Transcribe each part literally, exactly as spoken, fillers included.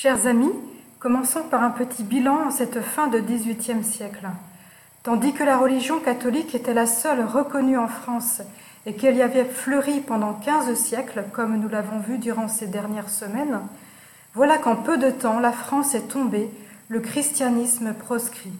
Chers amis, commençons par un petit bilan en cette fin de dix-huitième siècle. Tandis que la religion catholique était la seule reconnue en France et qu'elle y avait fleuri pendant quinze siècles, comme nous l'avons vu durant ces dernières semaines, voilà qu'en peu de temps, la France est tombée, le christianisme proscrit.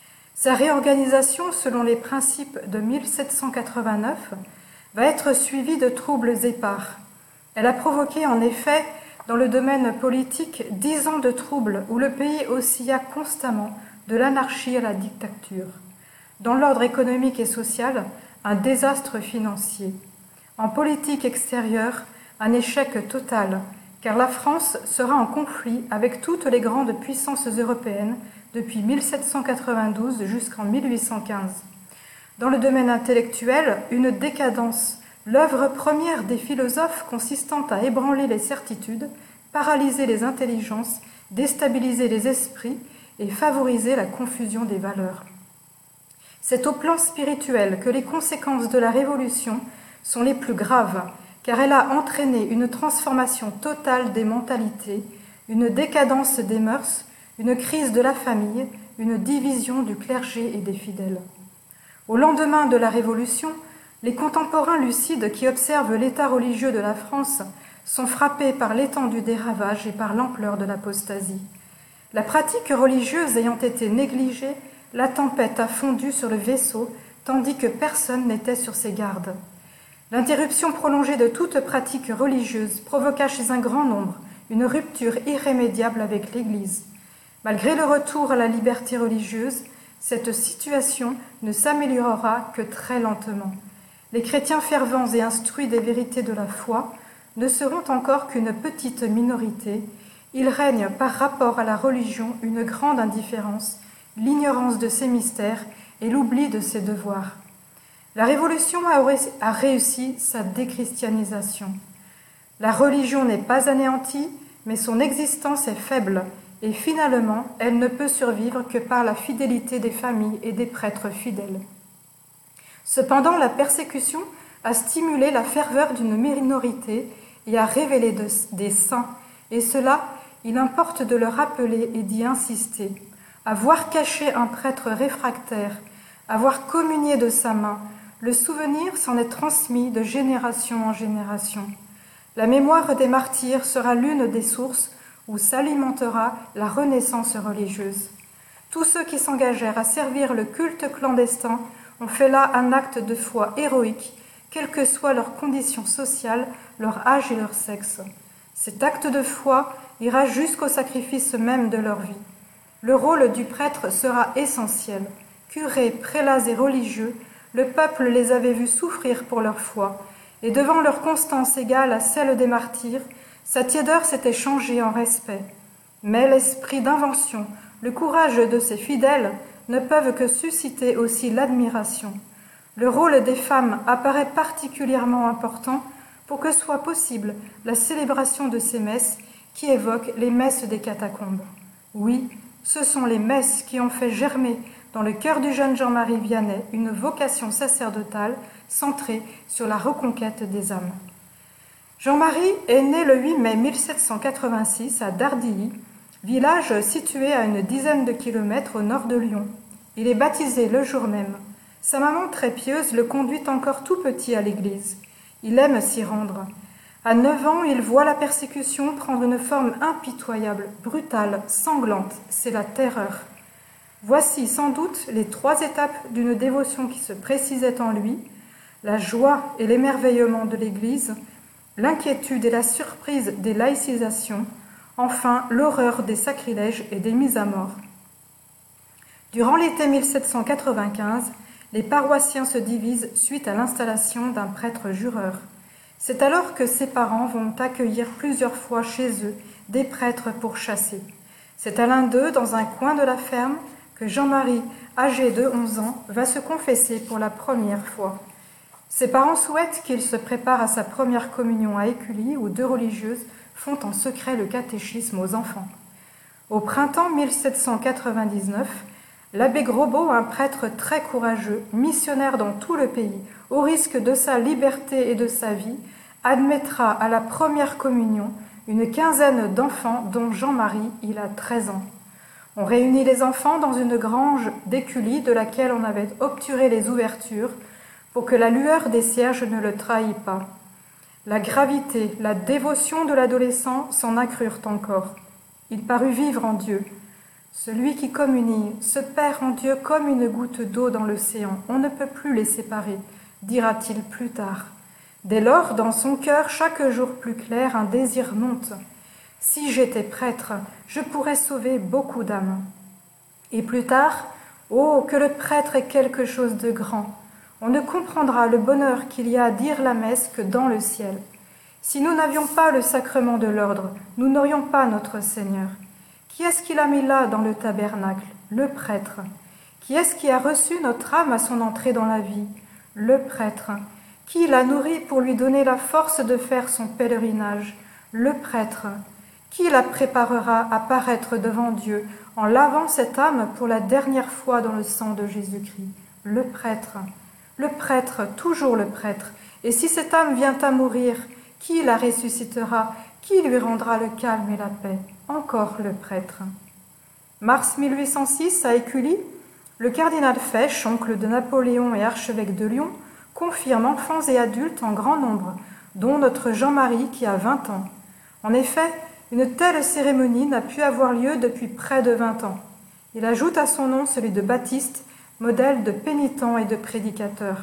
Sa réorganisation selon les principes de mille sept cent quatre-vingt-neuf va être suivie de troubles épars. Elle a provoqué en effet, dans le domaine politique, dix ans de troubles où le pays oscilla constamment de l'anarchie à la dictature. Dans l'ordre économique et social, un désastre financier. En politique extérieure, un échec total, car la France sera en conflit avec toutes les grandes puissances européennes depuis mille sept cent quatre-vingt-douze jusqu'en mille huit cent quinze. Dans le domaine intellectuel, une décadence, l'œuvre première des philosophes consistant à ébranler les certitudes, paralyser les intelligences, déstabiliser les esprits et favoriser la confusion des valeurs. C'est au plan spirituel que les conséquences de la Révolution sont les plus graves, car elle a entraîné une transformation totale des mentalités, une décadence des mœurs, une crise de la famille, une division du clergé et des fidèles. Au lendemain de la Révolution, les contemporains lucides qui observent l'état religieux de la France sont frappés par l'étendue des ravages et par l'ampleur de l'apostasie. La pratique religieuse ayant été négligée, la tempête a fondu sur le vaisseau, tandis que personne n'était sur ses gardes. L'interruption prolongée de toute pratique religieuse provoqua chez un grand nombre une rupture irrémédiable avec l'Église. Malgré le retour à la liberté religieuse, cette situation ne s'améliorera que très lentement. Les chrétiens fervents et instruits des vérités de la foi ne seront encore qu'une petite minorité. Il règne par rapport à la religion une grande indifférence, l'ignorance de ses mystères et l'oubli de ses devoirs. La Révolution a réussi sa déchristianisation. La religion n'est pas anéantie, mais son existence est faible, et finalement, elle ne peut survivre que par la fidélité des familles et des prêtres fidèles. Cependant, la persécution a stimulé la ferveur d'une minorité et a révélé de, des saints, et cela, il importe de le rappeler et d'y insister. Avoir caché un prêtre réfractaire, avoir communié de sa main, le souvenir s'en est transmis de génération en génération. La mémoire des martyrs sera l'une des sources où s'alimentera la renaissance religieuse. Tous ceux qui s'engagèrent à servir le culte clandestin ont fait là un acte de foi héroïque, quelles que soient leurs conditions sociales, leur âge et leur sexe. Cet acte de foi ira jusqu'au sacrifice même de leur vie. Le rôle du prêtre sera essentiel. Curés, prélats et religieux, le peuple les avait vus souffrir pour leur foi, et devant leur constance égale à celle des martyrs, sa tiédeur s'était changée en respect. Mais l'esprit d'invention, le courage de ses fidèles ne peuvent que susciter aussi l'admiration. Le rôle des femmes apparaît particulièrement important pour que soit possible la célébration de ces messes qui évoquent les messes des catacombes. Oui, ce sont les messes qui ont fait germer dans le cœur du jeune Jean-Marie Vianney une vocation sacerdotale centrée sur la reconquête des âmes. Jean-Marie est né le huit mai mille sept cent quatre-vingt-six à Dardilly, village situé à une dizaine de kilomètres au nord de Lyon. Il est baptisé le jour même. Sa maman très pieuse le conduit encore tout petit à l'église. Il aime s'y rendre. À neuf ans, il voit la persécution prendre une forme impitoyable, brutale, sanglante. C'est la terreur. Voici sans doute les trois étapes d'une dévotion qui se précisait en lui, la joie et l'émerveillement de l'Église, l'inquiétude et la surprise des laïcisations, enfin l'horreur des sacrilèges et des mises à mort. Durant l'été mille sept cent quatre-vingt-quinze, les paroissiens se divisent suite à l'installation d'un prêtre jureur. C'est alors que ses parents vont accueillir plusieurs fois chez eux des prêtres pour chasser. C'est à l'un d'eux, dans un coin de la ferme, que Jean-Marie, âgé de onze ans, va se confesser pour la première fois. Ses parents souhaitent qu'il se prépare à sa première communion à Écully, où deux religieuses font en secret le catéchisme aux enfants. Au printemps mille sept cent quatre-vingt-dix-neuf, l'abbé Grosbeau, un prêtre très courageux, missionnaire dans tout le pays, au risque de sa liberté et de sa vie, admettra à la première communion une quinzaine d'enfants, dont Jean-Marie, il a treize ans. On réunit les enfants dans une grange d'éculie de laquelle on avait obturé les ouvertures pour que la lueur des cierges ne le trahît pas. La gravité, la dévotion de l'adolescent s'en accrurent encore. Il parut vivre en Dieu. Celui qui communie se perd en Dieu comme une goutte d'eau dans l'océan. On ne peut plus les séparer, dira-t-il plus tard. Dès lors, dans son cœur, chaque jour plus clair, un désir monte. Si j'étais prêtre, je pourrais sauver beaucoup d'âmes. Et plus tard, oh, que le prêtre est quelque chose de grand. On ne comprendra le bonheur qu'il y a à dire la messe que dans le ciel. Si nous n'avions pas le sacrement de l'ordre, nous n'aurions pas notre Seigneur. Qui est-ce qui l'a mis là dans le tabernacle? Le prêtre. Qui est-ce qui a reçu notre âme à son entrée dans la vie? Le prêtre. Qui l'a nourri pour lui donner la force de faire son pèlerinage? Le prêtre. Qui la préparera à paraître devant Dieu en lavant cette âme pour la dernière fois dans le sang de Jésus-Christ? Le prêtre. Le prêtre, toujours le prêtre. Et si cette âme vient à mourir, qui la ressuscitera? Qui lui rendra le calme et la paix? Encore le prêtre. Mars mille huit cent six, à Écully, le cardinal Fesch, oncle de Napoléon et archevêque de Lyon, confirme enfants et adultes en grand nombre, dont notre Jean-Marie qui a vingt ans. En effet, une telle cérémonie n'a pu avoir lieu depuis près de vingt ans. Il ajoute à son nom celui de Baptiste, modèle de pénitent et de prédicateur.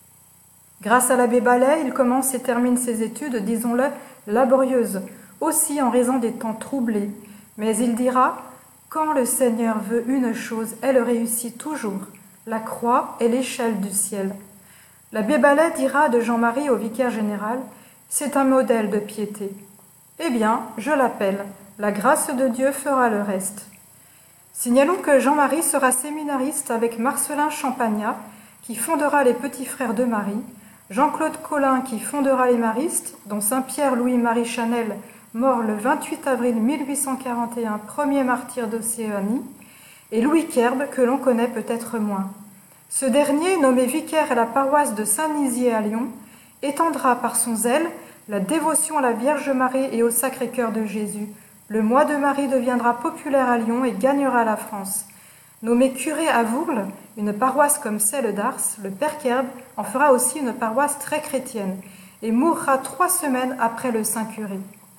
Grâce à l'abbé Ballet, il commence et termine ses études, disons-le, laborieuses, aussi en raison des temps troublés. Mais il dira « Quand le Seigneur veut une chose, elle réussit toujours. La croix est l'échelle du ciel. » L'abbé Ballet dira de Jean-Marie au vicaire général « C'est un modèle de piété. » Eh bien, je l'appelle. La grâce de Dieu fera le reste. Signalons que Jean-Marie sera séminariste avec Marcelin Champagnat, qui fondera les Petits Frères de Marie, Jean-Claude Collin, qui fondera les Maristes, dont Saint-Pierre Louis-Marie Chanel, mort le vingt-huit avril mille huit cent quarante et un, premier martyr d'Océanie, et Louis Kerbe, que l'on connaît peut-être moins. Ce dernier, nommé vicaire à la paroisse de Saint-Nizier à Lyon, étendra par son zèle la dévotion à la Vierge Marie et au Sacré-Cœur de Jésus. Le mois de Marie deviendra populaire à Lyon et gagnera la France. Nommé curé à Vourles, une paroisse comme celle d'Ars, le père Kerbe en fera aussi une paroisse très chrétienne et mourra trois semaines après le saint curé.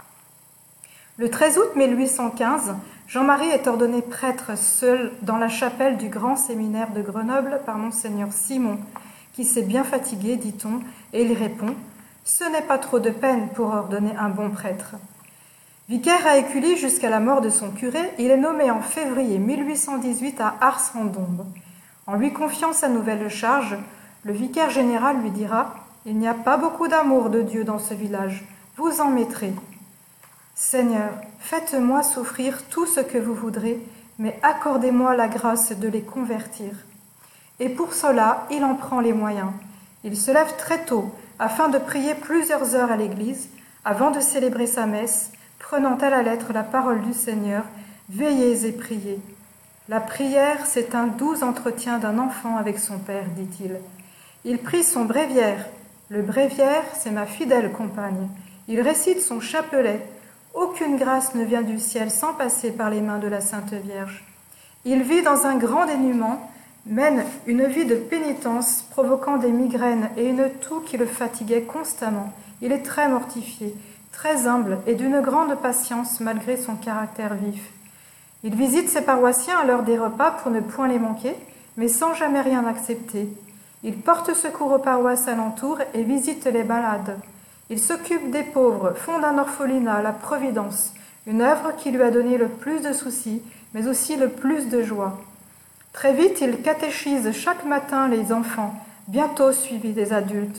Le treize août mille huit cent quinze, Jean-Marie est ordonné prêtre seul dans la chapelle du grand séminaire de Grenoble par monseigneur Simon, qui s'est bien fatigué, dit-on, et il répond « Ce n'est pas trop de peine pour ordonner un bon prêtre ». Vicaire à Écully jusqu'à la mort de son curé, il est nommé en février mille huit cent dix-huit à Ars-en-Dombes. En lui confiant sa nouvelle charge, le vicaire général lui dira « Il n'y a pas beaucoup d'amour de Dieu dans ce village, vous en mettrez. Seigneur, faites-moi souffrir tout ce que vous voudrez, mais accordez-moi la grâce de les convertir. » Et pour cela, il en prend les moyens. Il se lève très tôt, afin de prier plusieurs heures à l'église, avant de célébrer sa messe, prenant à la lettre la parole du Seigneur, « Veillez et priez. » La prière, c'est un doux entretien d'un enfant avec son père, dit-il. Il prie son bréviaire. Le bréviaire, c'est ma fidèle compagne. Il récite son chapelet. Aucune grâce ne vient du ciel sans passer par les mains de la Sainte Vierge. Il vit dans un grand dénuement, mène une vie de pénitence, provoquant des migraines et une toux qui le fatiguait constamment. Il est très mortifié, très humble et d'une grande patience malgré son caractère vif. Il visite ses paroissiens à l'heure des repas pour ne point les manquer, mais sans jamais rien accepter. Il porte secours aux paroisses alentours et visite les malades. Il s'occupe des pauvres, fonde un orphelinat, la Providence, une œuvre qui lui a donné le plus de soucis, mais aussi le plus de joie. Très vite, il catéchise chaque matin les enfants, bientôt suivis des adultes.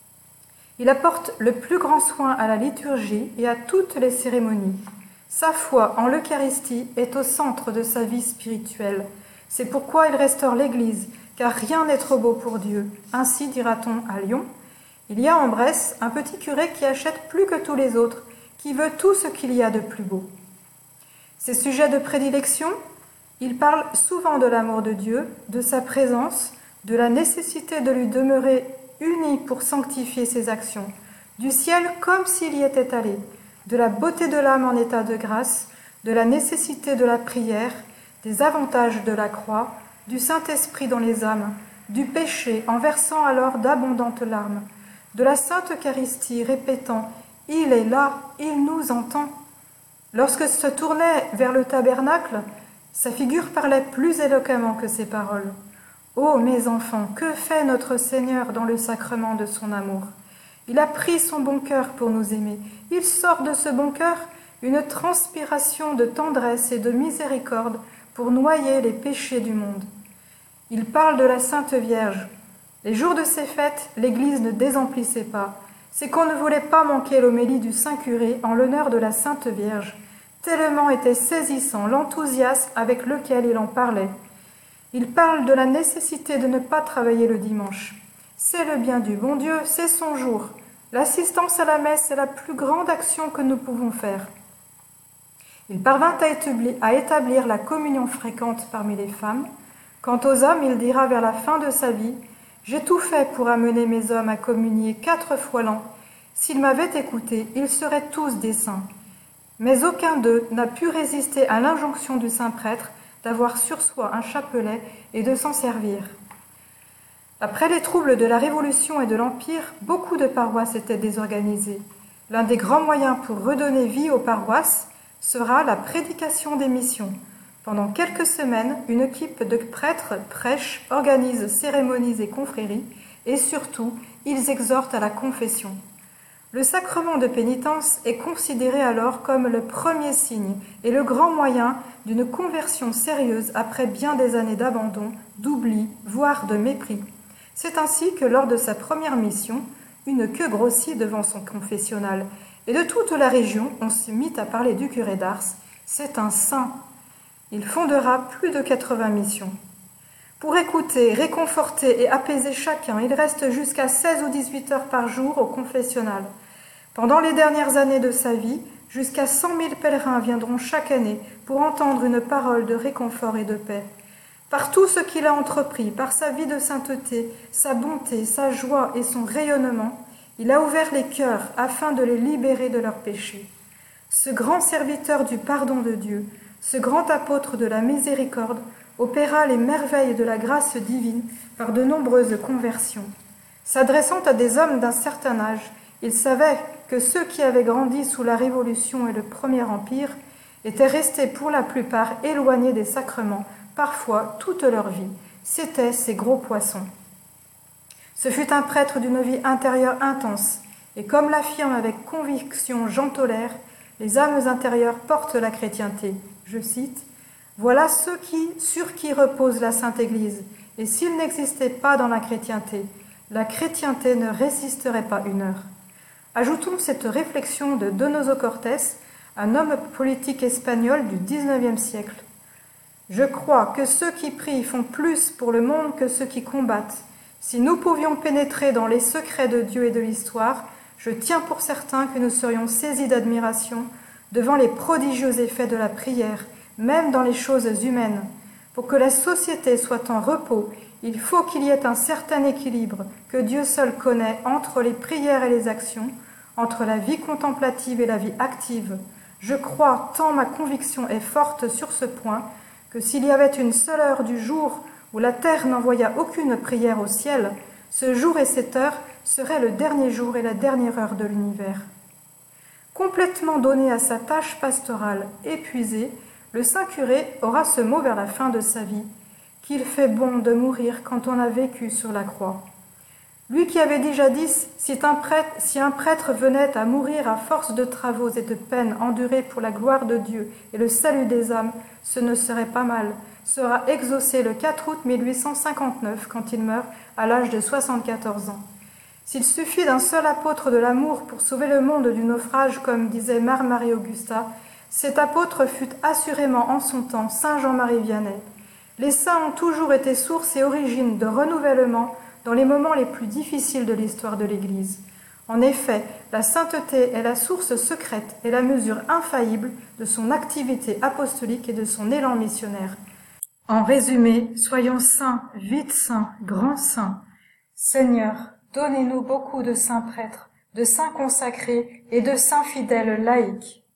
Il apporte le plus grand soin à la liturgie et à toutes les cérémonies. Sa foi en l'Eucharistie est au centre de sa vie spirituelle. C'est pourquoi il restaure l'Église, car rien n'est trop beau pour Dieu. Ainsi dira-t-on à Lyon. Il y a en Bresse un petit curé qui achète plus que tous les autres, qui veut tout ce qu'il y a de plus beau. Ses sujets de prédilection, il parle souvent de l'amour de Dieu, de sa présence, de la nécessité de lui demeurer uni pour sanctifier ses actions, du ciel comme s'il y était allé, de la beauté de l'âme en état de grâce, de la nécessité de la prière, des avantages de la croix, du Saint-Esprit dans les âmes, du péché en versant alors d'abondantes larmes, de la Sainte Eucharistie répétant « Il est là, il nous entend ». Lorsque se tournait vers le tabernacle, sa figure parlait plus éloquemment que ses paroles. Ô mes enfants, que fait notre Seigneur dans le sacrement de son amour? Il a pris son bon cœur pour nous aimer. Il sort de ce bon cœur une transpiration de tendresse et de miséricorde pour noyer les péchés du monde. Il parle de la Sainte Vierge. Les jours de ces fêtes, l'Église ne désemplissait pas. C'est qu'on ne voulait pas manquer l'homélie du Saint-Curé en l'honneur de la Sainte Vierge. Tellement était saisissant l'enthousiasme avec lequel il en parlait. Il parle de la nécessité de ne pas travailler le dimanche. C'est le bien du bon Dieu, c'est son jour. L'assistance à la messe est la plus grande action que nous pouvons faire. Il parvint à établir, à établir la communion fréquente parmi les femmes. Quant aux hommes, il dira vers la fin de sa vie « J'ai tout fait pour amener mes hommes à communier quatre fois l'an. S'ils m'avaient écouté, ils seraient tous des saints. » Mais aucun d'eux n'a pu résister à l'injonction du Saint-Prêtre d'avoir sur soi un chapelet et de s'en servir. Après les troubles de la Révolution et de l'Empire, beaucoup de paroisses étaient désorganisées. L'un des grands moyens pour redonner vie aux paroisses sera la prédication des missions. Pendant quelques semaines, une équipe de prêtres prêche, organise cérémonies et confréries, et surtout, ils exhortent à la confession. Le sacrement de pénitence est considéré alors comme le premier signe et le grand moyen d'une conversion sérieuse après bien des années d'abandon, d'oubli, voire de mépris. C'est ainsi que lors de sa première mission, une queue grossit devant son confessionnal, et de toute la région, on se mit à parler du curé d'Ars. C'est un saint. Il fondera plus de quatre-vingts missions. Pour écouter, réconforter et apaiser chacun, il reste jusqu'à seize ou dix-huit heures par jour au confessionnal. Pendant les dernières années de sa vie, jusqu'à cent mille pèlerins viendront chaque année pour entendre une parole de réconfort et de paix. Par tout ce qu'il a entrepris, par sa vie de sainteté, sa bonté, sa joie et son rayonnement, il a ouvert les cœurs afin de les libérer de leurs péchés. Ce grand serviteur du pardon de Dieu, ce grand apôtre de la miséricorde, opéra les merveilles de la grâce divine par de nombreuses conversions. S'adressant à des hommes d'un certain âge, il savait que ceux qui avaient grandi sous la Révolution et le Premier Empire étaient restés pour la plupart éloignés des sacrements, parfois toute leur vie. C'étaient ces gros poissons. Ce fut un prêtre d'une vie intérieure intense, et comme l'affirme avec conviction Jean Tolaire, les âmes intérieures portent la chrétienté. Je cite, « Voilà ceux qui, sur qui repose la Sainte Église, et s'ils n'existaient pas dans la chrétienté, la chrétienté ne résisterait pas une heure. » Ajoutons cette réflexion de Donoso Cortés, un homme politique espagnol du dix-neuvième siècle. « Je crois que ceux qui prient font plus pour le monde que ceux qui combattent. Si nous pouvions pénétrer dans les secrets de Dieu et de l'histoire, je tiens pour certain que nous serions saisis d'admiration devant les prodigieux effets de la prière, même dans les choses humaines. Pour que la société soit en repos, il faut qu'il y ait un certain équilibre que Dieu seul connaît entre les prières et les actions, entre la vie contemplative et la vie active. Je crois, tant ma conviction est forte sur ce point, que s'il y avait une seule heure du jour où la terre n'envoya aucune prière au ciel, ce jour et cette heure seraient le dernier jour et la dernière heure de l'univers. » Complètement donné à sa tâche pastorale, épuisé, le Saint-Curé aura ce mot vers la fin de sa vie, qu'il fait bon de mourir quand on a vécu sur la croix. Lui qui avait dit jadis, si un prêtre, si un prêtre venait à mourir à force de travaux et de peines endurées pour la gloire de Dieu et le salut des âmes, ce ne serait pas mal, sera exaucé le quatre août mille huit cent cinquante-neuf quand il meurt à l'âge de soixante-quatorze ans. S'il suffit d'un seul apôtre de l'amour pour sauver le monde du naufrage, comme disait Mère Marie-Augusta, cet apôtre fut assurément en son temps Saint Jean-Marie Vianney. Les saints ont toujours été source et origine de renouvellement dans les moments les plus difficiles de l'histoire de l'Église. En effet, la sainteté est la source secrète et la mesure infaillible de son activité apostolique et de son élan missionnaire. En résumé, soyons saints, vite saints, grands saints. Seigneur, donnez-nous beaucoup de saints prêtres, de saints consacrés et de saints fidèles laïcs.